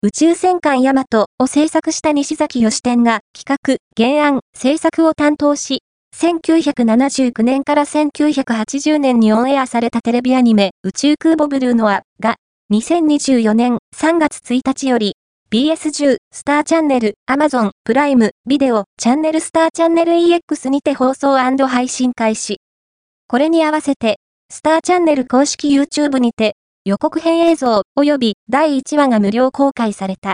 宇宙戦艦ヤマトを制作した西崎義天が企画、原案、制作を担当し、1979年から1980年にオンエアされたテレビアニメ、宇宙空母ブルーノアが、2024年3月1日より、BS10、スターチャンネル、Amazon、プライム、ビデオ、チャンネルスターチャンネル EX にて放送&配信開始。これに合わせて、スターチャンネル公式 YouTube にて、予告編映像及び第1話が無料公開された。